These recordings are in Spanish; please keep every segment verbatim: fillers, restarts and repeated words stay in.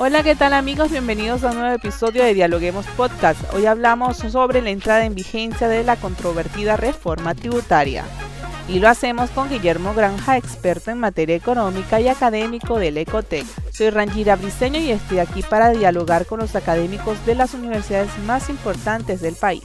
Hola, ¿qué tal amigos? Bienvenidos a un nuevo episodio de Dialoguemos Podcast. Hoy hablamos sobre la entrada en vigencia de la controvertida reforma tributaria. Y lo hacemos con Guillermo Granja, experto en materia económica y académico del Ecotec. Soy Rangira Briceño y estoy aquí para dialogar con los académicos de las universidades más importantes del país.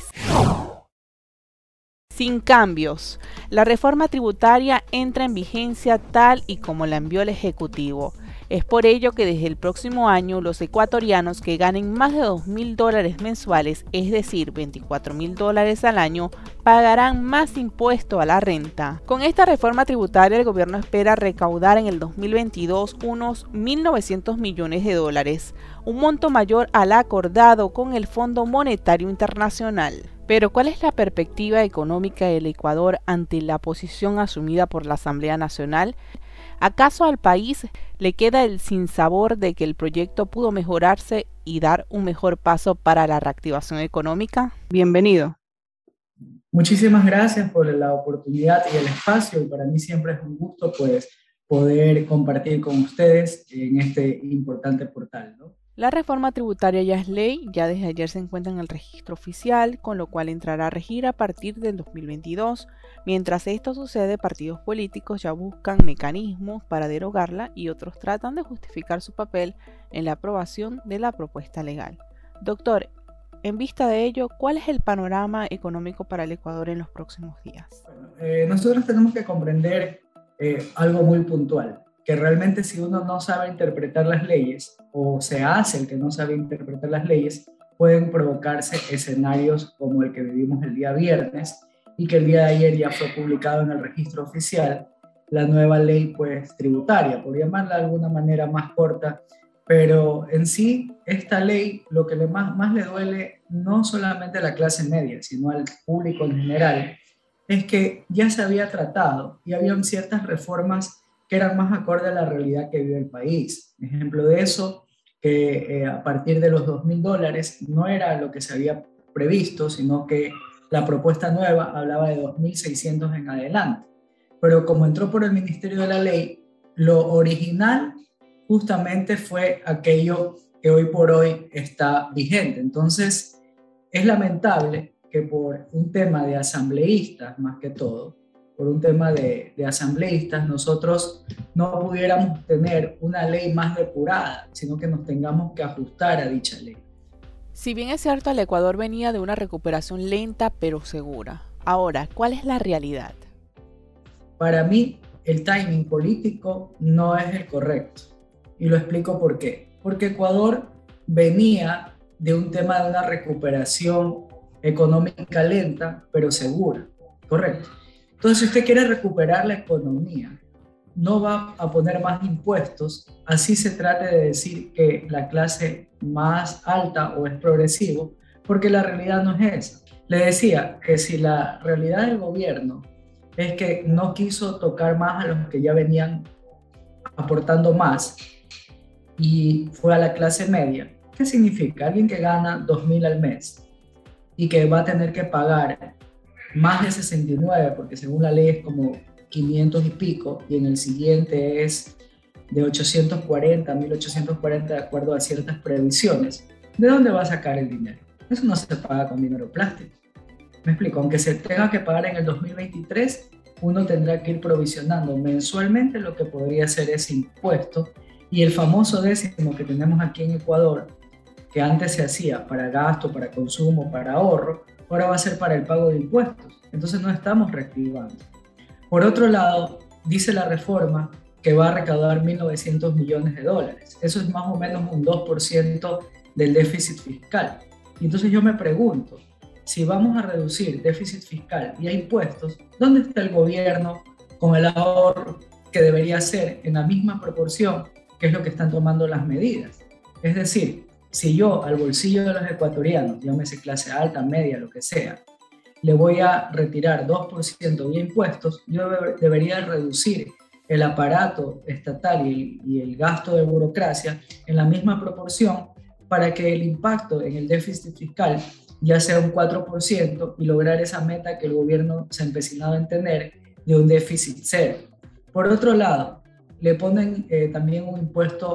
Sin cambios, la reforma tributaria entra en vigencia tal y como la envió el Ejecutivo. Es por ello que desde el próximo año los ecuatorianos que ganen más de dos mil dólares mensuales, es decir, veinticuatro mil dólares al año, pagarán más impuesto a la renta. Con esta reforma tributaria el gobierno espera recaudar en el dos mil veintidós unos mil novecientos millones de dólares, un monto mayor al acordado con el Fondo Monetario Internacional. Pero ¿cuál es la perspectiva económica del Ecuador ante la posición asumida por la Asamblea Nacional? ¿Acaso al país le queda el sinsabor de que el proyecto pudo mejorarse y dar un mejor paso para la reactivación económica? Bienvenido. Muchísimas gracias por la oportunidad y el espacio, y para mí siempre es un gusto pues, poder compartir con ustedes en este importante portal, ¿no? La reforma tributaria ya es ley, ya desde ayer se encuentra en el registro oficial, con lo cual entrará a regir a partir del dos mil veintidós. Mientras esto sucede, partidos políticos ya buscan mecanismos para derogarla y otros tratan de justificar su papel en la aprobación de la propuesta legal. Doctor, en vista de ello, ¿cuál es el panorama económico para el Ecuador en los próximos días? Bueno, eh, nosotros tenemos que comprender eh, algo muy puntual, que realmente si uno no sabe interpretar las leyes, o se hace el que no sabe interpretar las leyes, pueden provocarse escenarios como el que vivimos el día viernes, y que el día de ayer ya fue publicado en el registro oficial, la nueva ley pues tributaria, por llamarla de alguna manera más corta, pero en sí esta ley lo que le más, más le duele no solamente a la clase media, sino al público en general, es que ya se había tratado y habían ciertas reformas que eran más acorde a la realidad que vive el país. Ejemplo de eso, que eh, a partir de los dos mil dólares no era lo que se había previsto, sino que la propuesta nueva hablaba de dos mil seiscientos en adelante. Pero como entró por el Ministerio de la Ley, lo original justamente fue aquello que hoy por hoy está vigente. Entonces, es lamentable que por un tema de asambleístas, más que todo, por un tema de, de asambleístas, nosotros no pudiéramos tener una ley más depurada, sino que nos tengamos que ajustar a dicha ley. Si bien es cierto, el Ecuador venía de una recuperación lenta pero segura. Ahora, ¿cuál es la realidad? Para mí, el timing político no es el correcto. Y lo explico por qué. Porque Ecuador venía de un tema de una recuperación económica lenta pero segura. Correcto. Entonces, si usted quiere recuperar la economía, no va a poner más impuestos, así se trate de decir que la clase más alta o es progresivo, porque la realidad no es esa. Le decía que si la realidad del gobierno es que no quiso tocar más a los que ya venían aportando más y fue a la clase media, ¿qué significa? Alguien que gana dos mil al mes y que va a tener que pagar más de sesenta y nueve, porque según la ley es como quinientos y pico, y en el siguiente es de ochocientos cuarenta, mil ochocientos cuarenta de acuerdo a ciertas previsiones. ¿De dónde va a sacar el dinero? Eso no se paga con dinero plástico. Me explico, aunque se tenga que pagar en el dos mil veintitrés, uno tendrá que ir provisionando mensualmente lo que podría ser ese impuesto, y el famoso décimo que tenemos aquí en Ecuador, que antes se hacía para gasto, para consumo, para ahorro, ahora va a ser para el pago de impuestos. Entonces no estamos reactivando. Por otro lado, dice la reforma que va a recaudar mil novecientos millones de dólares. Eso es más o menos un dos por ciento del déficit fiscal. Y entonces yo me pregunto, si vamos a reducir déficit fiscal y a impuestos, ¿dónde está el gobierno con el ahorro que debería ser en la misma proporción que es lo que están tomando las medidas? Es decir, si yo al bolsillo de los ecuatorianos, llámese clase alta, media, lo que sea, le voy a retirar dos por ciento vía impuestos, yo debería reducir el aparato estatal y el, y el gasto de burocracia en la misma proporción para que el impacto en el déficit fiscal ya sea un cuatro por ciento y lograr esa meta que el gobierno se ha empecinado en tener de un déficit cero. Por otro lado, le ponen eh, también un impuesto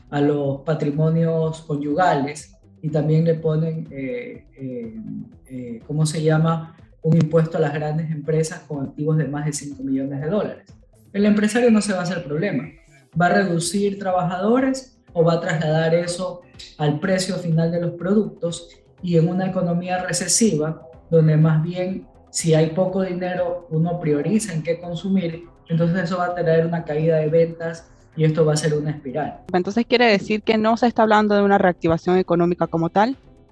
a los patrimonios conyugales y también le ponen, eh, eh, eh, ¿cómo se llama? Un impuesto a las grandes empresas con activos de más de cinco millones de dólares. El empresario no se va a hacer problema. Va a reducir trabajadores o va a trasladar eso al precio final de los productos, y en una economía recesiva, donde más bien si hay poco dinero uno prioriza en qué consumir, entonces eso va a traer una caída de ventas y esto va a ser una espiral. Entonces quiere decir que no se está hablando de una reactivación económica como tal.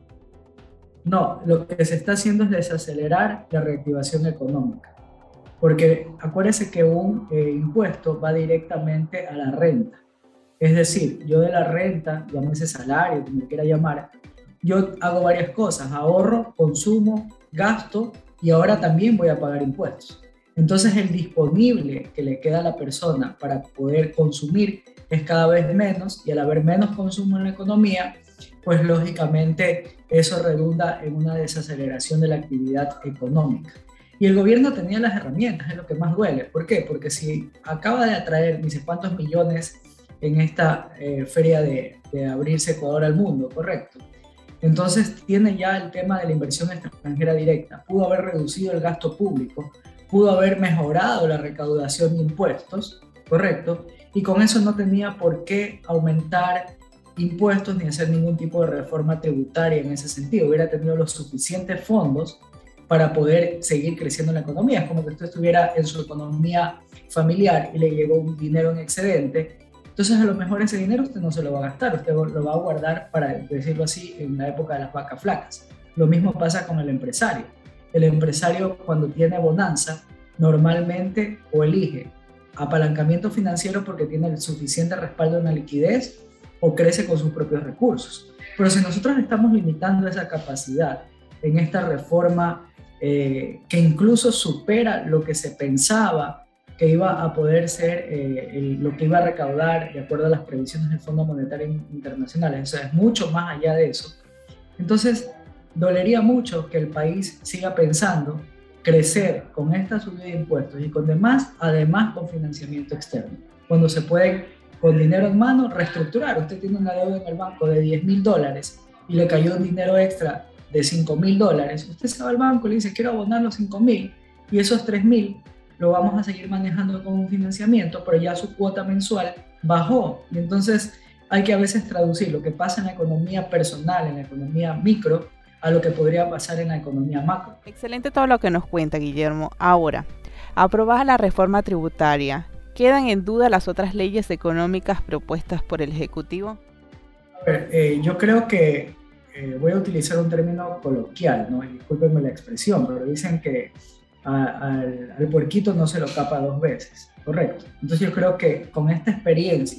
No, lo que se está haciendo es desacelerar la reactivación económica, porque acuérdese que un eh, impuesto va directamente a la renta. Es decir, yo de la renta, llámese salario, como quiera llamar, yo hago varias cosas: ahorro, consumo, gasto, y ahora también voy a pagar impuestos. Entonces el disponible que le queda a la persona para poder consumir es cada vez menos, y al haber menos consumo en la economía, pues lógicamente eso redunda en una desaceleración de la actividad económica. Y el gobierno tenía las herramientas, es lo que más duele. ¿Por qué? Porque si acaba de atraer ni sé cuántos millones en esta eh, feria de, de abrirse Ecuador al mundo, ¿correcto? Entonces tiene ya el tema de la inversión extranjera directa, pudo haber reducido el gasto público, pudo haber mejorado la recaudación de impuestos, ¿correcto? Y con eso no tenía por qué aumentar impuestos ni hacer ningún tipo de reforma tributaria en ese sentido. Hubiera tenido los suficientes fondos para poder seguir creciendo la economía. Es como que usted estuviera en su economía familiar y le llegó un dinero en excedente. Entonces a lo mejor ese dinero usted no se lo va a gastar, usted lo va a guardar, para decirlo así, en la época de las vacas flacas. Lo mismo pasa con el empresario. El empresario, cuando tiene bonanza, normalmente o elige apalancamiento financiero porque tiene el suficiente respaldo en la liquidez, o crece con sus propios recursos. Pero si nosotros estamos limitando esa capacidad en esta reforma eh, que incluso supera lo que se pensaba que iba a poder ser eh, el, lo que iba a recaudar de acuerdo a las previsiones del Fondo Monetario Internacional, o sea, es mucho más allá de eso. Entonces, dolería mucho que el país siga pensando crecer con esta subida de impuestos y con demás, además con financiamiento externo, cuando se puede, con dinero en mano, reestructurar. Usted tiene una deuda en el banco de diez mil dólares y le cayó un dinero extra de cinco mil dólares. Usted se va al banco y le dice, quiero abonar los cinco mil, y esos tres mil lo vamos a seguir manejando con un financiamiento, pero ya su cuota mensual bajó. Y entonces hay que a veces traducir lo que pasa en la economía personal, en la economía micro, a lo que podría pasar en la economía macro. Excelente todo lo que nos cuenta, Guillermo. Ahora, aprobada la reforma tributaria, ¿quedan en duda las otras leyes económicas propuestas por el Ejecutivo? A ver, eh, yo creo que eh, voy a utilizar un término coloquial, ¿no? Y discúlpenme la expresión, pero dicen que a, al, al puerquito no se lo capa dos veces, ¿correcto? Entonces yo creo que con esta experiencia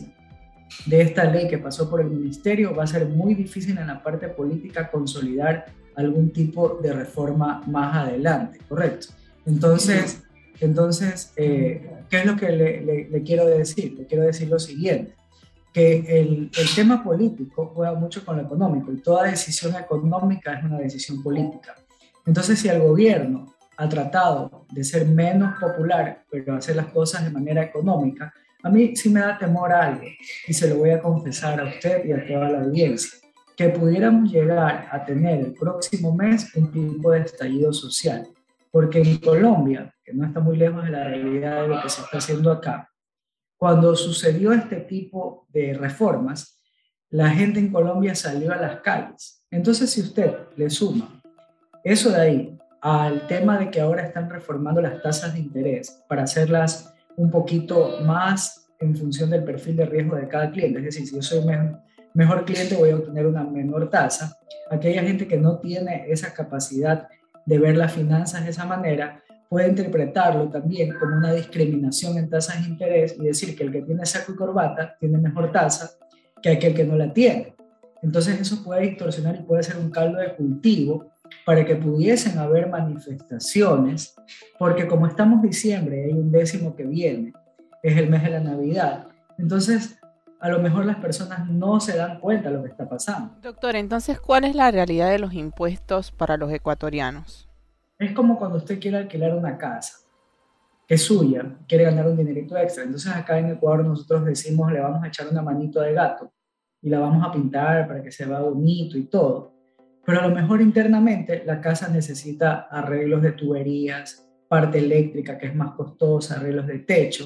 de esta ley que pasó por el ministerio, va a ser muy difícil en la parte política consolidar algún tipo de reforma más adelante, ¿correcto? Entonces, entonces eh, ¿qué es lo que le, le, le quiero decir? Le quiero decir lo siguiente, que el, el tema político juega mucho con lo económico, y toda decisión económica es una decisión política. Entonces, si el gobierno ha tratado de ser menos popular, pero hacer las cosas de manera económica, a mí sí me da temor a algo, y se lo voy a confesar a usted y a toda la audiencia, que pudiéramos llegar a tener el próximo mes un tipo de estallido social, porque en Colombia, que no está muy lejos de la realidad de lo que se está haciendo acá, cuando sucedió este tipo de reformas, la gente en Colombia salió a las calles. Entonces, si usted le suma eso de ahí al tema de que ahora están reformando las tasas de interés para hacerlas un poquito más en función del perfil de riesgo de cada cliente, es decir, si yo soy mejor, mejor cliente voy a obtener una menor tasa. Aquella gente que no tiene esa capacidad de ver las finanzas de esa manera puede interpretarlo también como una discriminación en tasas de interés y decir que el que tiene saco y corbata tiene mejor tasa que aquel que no la tiene. Entonces eso puede distorsionar y puede ser un caldo de cultivo para que pudiesen haber manifestaciones, porque como estamos en diciembre, hay un décimo que viene, es el mes de la Navidad, entonces a lo mejor las personas no se dan cuenta de lo que está pasando. Doctor, entonces, ¿cuál es la realidad de los impuestos para los ecuatorianos? Es como cuando usted quiere alquilar una casa, que es suya, quiere ganar un dinerito extra, entonces acá en Ecuador nosotros decimos, le vamos a echar una manito de gato, y la vamos a pintar para que se vea bonito y todo, pero a lo mejor internamente la casa necesita arreglos de tuberías, parte eléctrica que es más costosa, arreglos de techo,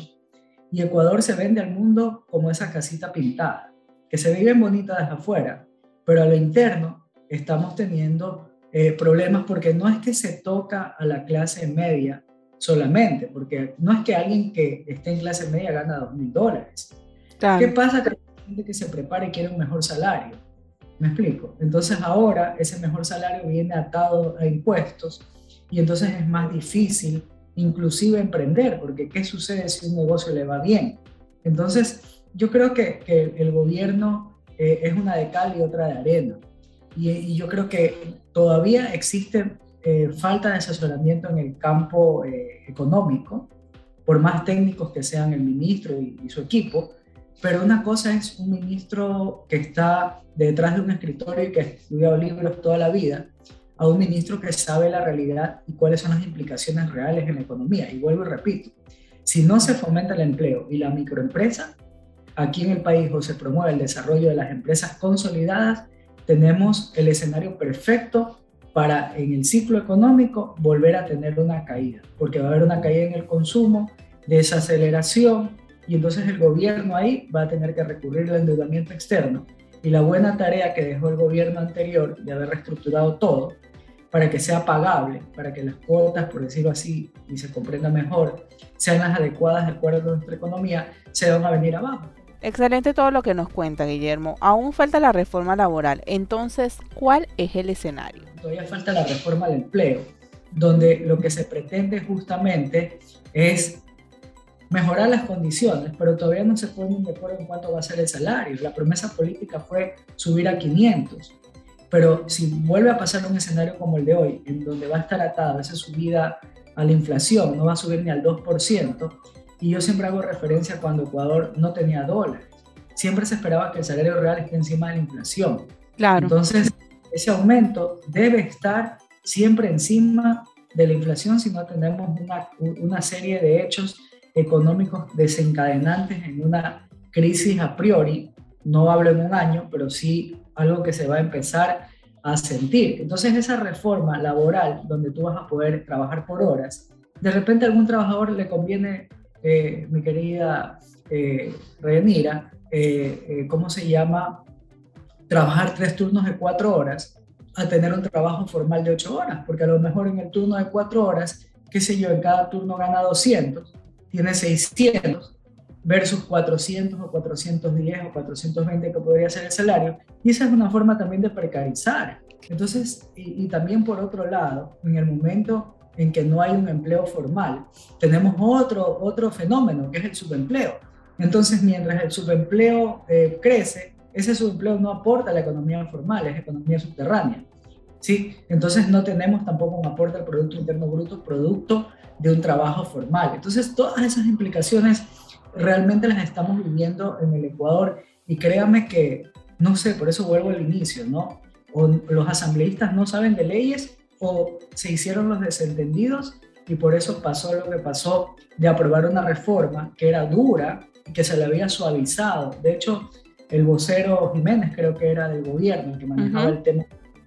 y Ecuador se vende al mundo como esa casita pintada, que se ve bien bonita desde afuera, pero a lo interno estamos teniendo eh, problemas porque no es que se toca a la clase media solamente, porque no es que alguien que esté en clase media gana dos mil dólares. ¿Qué Claro. pasa? Que hay gente que se prepara y quiere un mejor salario. ¿Me explico? Entonces ahora ese mejor salario viene atado a impuestos y entonces es más difícil inclusive emprender, porque ¿qué sucede si un negocio le va bien? Entonces yo creo que, que el gobierno eh, es una de cal y otra de arena. Y, y yo creo que todavía existe eh, falta de asesoramiento en el campo eh, económico, por más técnicos que sean el ministro y, y su equipo, pero una cosa es un ministro que está detrás de un escritorio y que ha estudiado libros toda la vida, a un ministro que sabe la realidad y cuáles son las implicaciones reales en la economía. Y vuelvo y repito, si no se fomenta el empleo y la microempresa, aquí en el país o se promueve el desarrollo de las empresas consolidadas, tenemos el escenario perfecto para en el ciclo económico volver a tener una caída, porque va a haber una caída en el consumo, desaceleración, y entonces el gobierno ahí va a tener que recurrir al endeudamiento externo. Y la buena tarea que dejó el gobierno anterior de haber reestructurado todo para que sea pagable, para que las cuotas, por decirlo así, y se comprenda mejor, sean las adecuadas de acuerdo a nuestra economía, se van a venir abajo. Excelente todo lo que nos cuenta, Guillermo. Aún falta la reforma laboral. Entonces, ¿cuál es el escenario? Todavía falta la reforma al empleo, donde lo que se pretende justamente es mejorar las condiciones, pero todavía no se ponen de acuerdo en cuánto va a ser el salario. La promesa política fue subir a quinientos, pero si vuelve a pasar un escenario como el de hoy, en donde va a estar atado esa subida a la inflación, no va a subir ni al dos por ciento, y yo siempre hago referencia cuando Ecuador no tenía dólares, siempre se esperaba que el salario real esté encima de la inflación. Claro. Entonces, ese aumento debe estar siempre encima de la inflación, si no tenemos una, una serie de hechos económicos desencadenantes en una crisis a priori, no hablo en un año, pero sí algo que se va a empezar a sentir. Entonces esa reforma laboral, donde tú vas a poder trabajar por horas, de repente a algún trabajador le conviene, eh, mi querida eh, Reyanira, eh, eh, ¿cómo se llama? Trabajar tres turnos de cuatro horas a tener un trabajo formal de ocho horas, porque a lo mejor en el turno de cuatro horas, qué sé yo, en cada turno gana doscientos, tiene seiscientos versus cuatrocientos o cuatrocientos diez o cuatrocientos veinte que podría ser el salario, y esa es una forma también de precarizar. Entonces, y, y también por otro lado, en el momento en que no hay un empleo formal, tenemos otro, otro fenómeno que es el subempleo. Entonces, mientras el subempleo eh, crece, ese subempleo no aporta a la economía formal, es economía subterránea, ¿sí? Entonces no tenemos tampoco un aporte al Producto Interno Bruto, producto de un trabajo formal. Entonces todas esas implicaciones realmente las estamos viviendo en el Ecuador, y créame que, no sé, por eso vuelvo al inicio, ¿no? O los asambleístas no saben de leyes o se hicieron los desentendidos y por eso pasó lo que pasó de aprobar una reforma que era dura y que se le había suavizado. De hecho, el vocero Jiménez, creo que era del gobierno, el que manejaba uh-huh. el tema,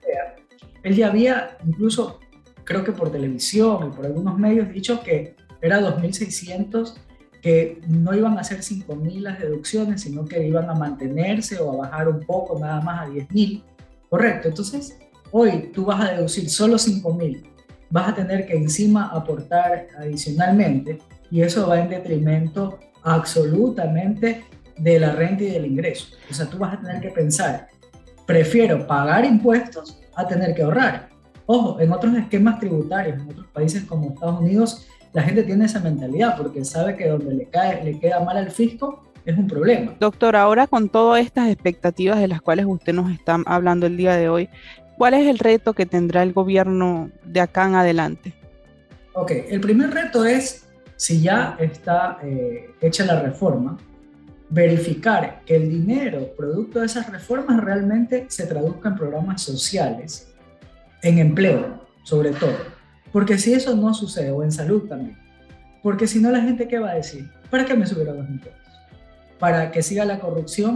él ya había incluso, creo que por televisión y por algunos medios, dicho que era dos mil seiscientos, que no iban a ser cinco mil las deducciones, sino que iban a mantenerse o a bajar un poco, nada más a diez mil. Correcto. Entonces, hoy tú vas a deducir solo cinco mil, vas a tener que encima aportar adicionalmente, y eso va en detrimento absolutamente de la renta y del ingreso. O sea, tú vas a tener que pensar, prefiero pagar impuestos a tener que ahorrar. Ojo, en otros esquemas tributarios, en otros países como Estados Unidos, la gente tiene esa mentalidad porque sabe que donde le, cae, le queda mal al fisco es un problema. Doctor, ahora con todas estas expectativas de las cuales usted nos está hablando el día de hoy, ¿cuál es el reto que tendrá el gobierno de acá en adelante? Ok, el primer reto es, si ya está eh, hecha la reforma, verificar que el dinero producto de esas reformas realmente se traduzca en programas sociales, en empleo, sobre todo. Porque si eso no sucede, o en salud también, porque si no la gente, ¿qué va a decir? ¿Para qué me subieron los impuestos? ¿Para que siga la corrupción?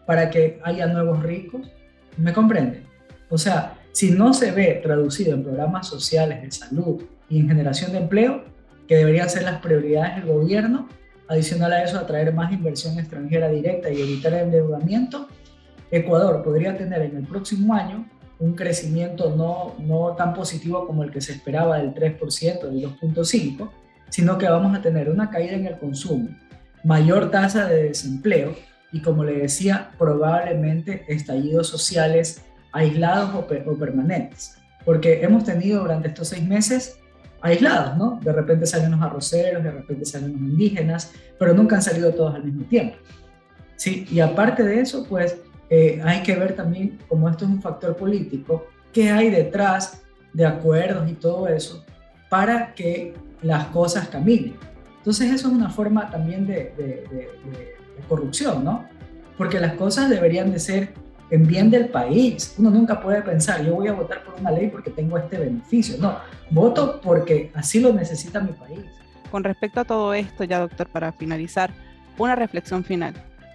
para que haya nuevos ricos. ¿Me comprende? O sea, si no se ve traducido en programas sociales de salud y en generación de empleo, que deberían ser las prioridades del gobierno, adicional a eso, atraer más inversión extranjera directa y evitar el endeudamiento, Ecuador podría tener en el próximo año un crecimiento no, no tan positivo como el que se esperaba del tres por ciento, del dos punto cinco por ciento, sino que vamos a tener una caída en el consumo, mayor tasa de desempleo y, como le decía, probablemente estallidos sociales aislados o, per- o permanentes. Porque hemos tenido durante estos seis meses aislados, ¿no? De repente salen los arroceros, de repente salen los indígenas, pero nunca han salido todos al mismo tiempo. ¿Sí? Y aparte de eso, pues eh, hay que ver también, como esto es un factor político, qué hay detrás de acuerdos y todo eso para que las cosas caminen. Entonces eso es una forma también de, de, de, de, de corrupción, ¿no? Porque las cosas deberían de ser en bien del país. Uno nunca puede pensar, yo voy a votar por una ley porque tengo este beneficio. No, voto porque así lo necesita mi país. Con respecto a todo esto, ya doctor, para finalizar, una reflexión final.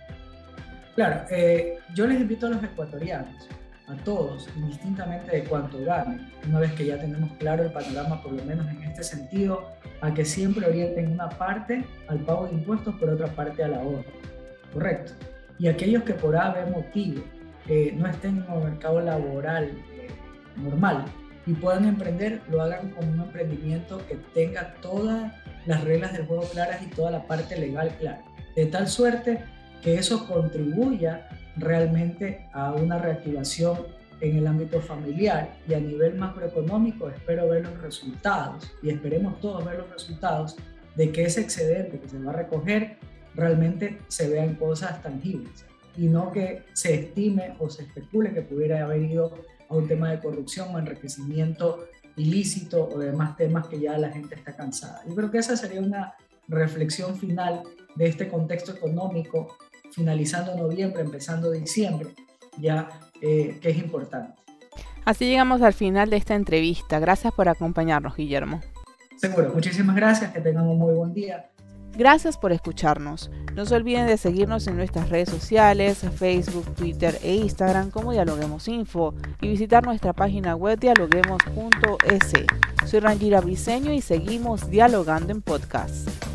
Claro, eh, yo les invito a los ecuatorianos, a todos, indistintamente de cuánto ganen, una vez que ya tenemos claro el panorama, por lo menos en este sentido, a que siempre orienten una parte al pago de impuestos, por otra parte al ahorro. Correcto. Y aquellos que por A, B motivo eh, no estén en el mercado laboral eh, normal y puedan emprender, lo hagan como un emprendimiento que tenga todas las reglas del juego claras y toda la parte legal clara. De tal suerte que eso contribuya realmente a una reactivación en el ámbito familiar, y a nivel macroeconómico espero ver los resultados, y esperemos todos ver los resultados de que ese excedente que se va a recoger realmente se vea en cosas tangibles, y no que se estime o se especule que pudiera haber ido a un tema de corrupción o enriquecimiento ilícito o demás temas que ya la gente está cansada. Yo creo que esa sería una reflexión final de este contexto económico, finalizando noviembre, empezando diciembre, ya eh, que es importante. Así llegamos al final de esta entrevista. Gracias por acompañarnos, Guillermo. Seguro, muchísimas gracias, que tengan un muy buen día. Gracias por escucharnos. No se olviden de seguirnos en nuestras redes sociales, Facebook, Twitter e Instagram como Dialoguemos Info, y visitar nuestra página web dialoguemos punto es. Soy Rangira Briceño y seguimos dialogando en podcast.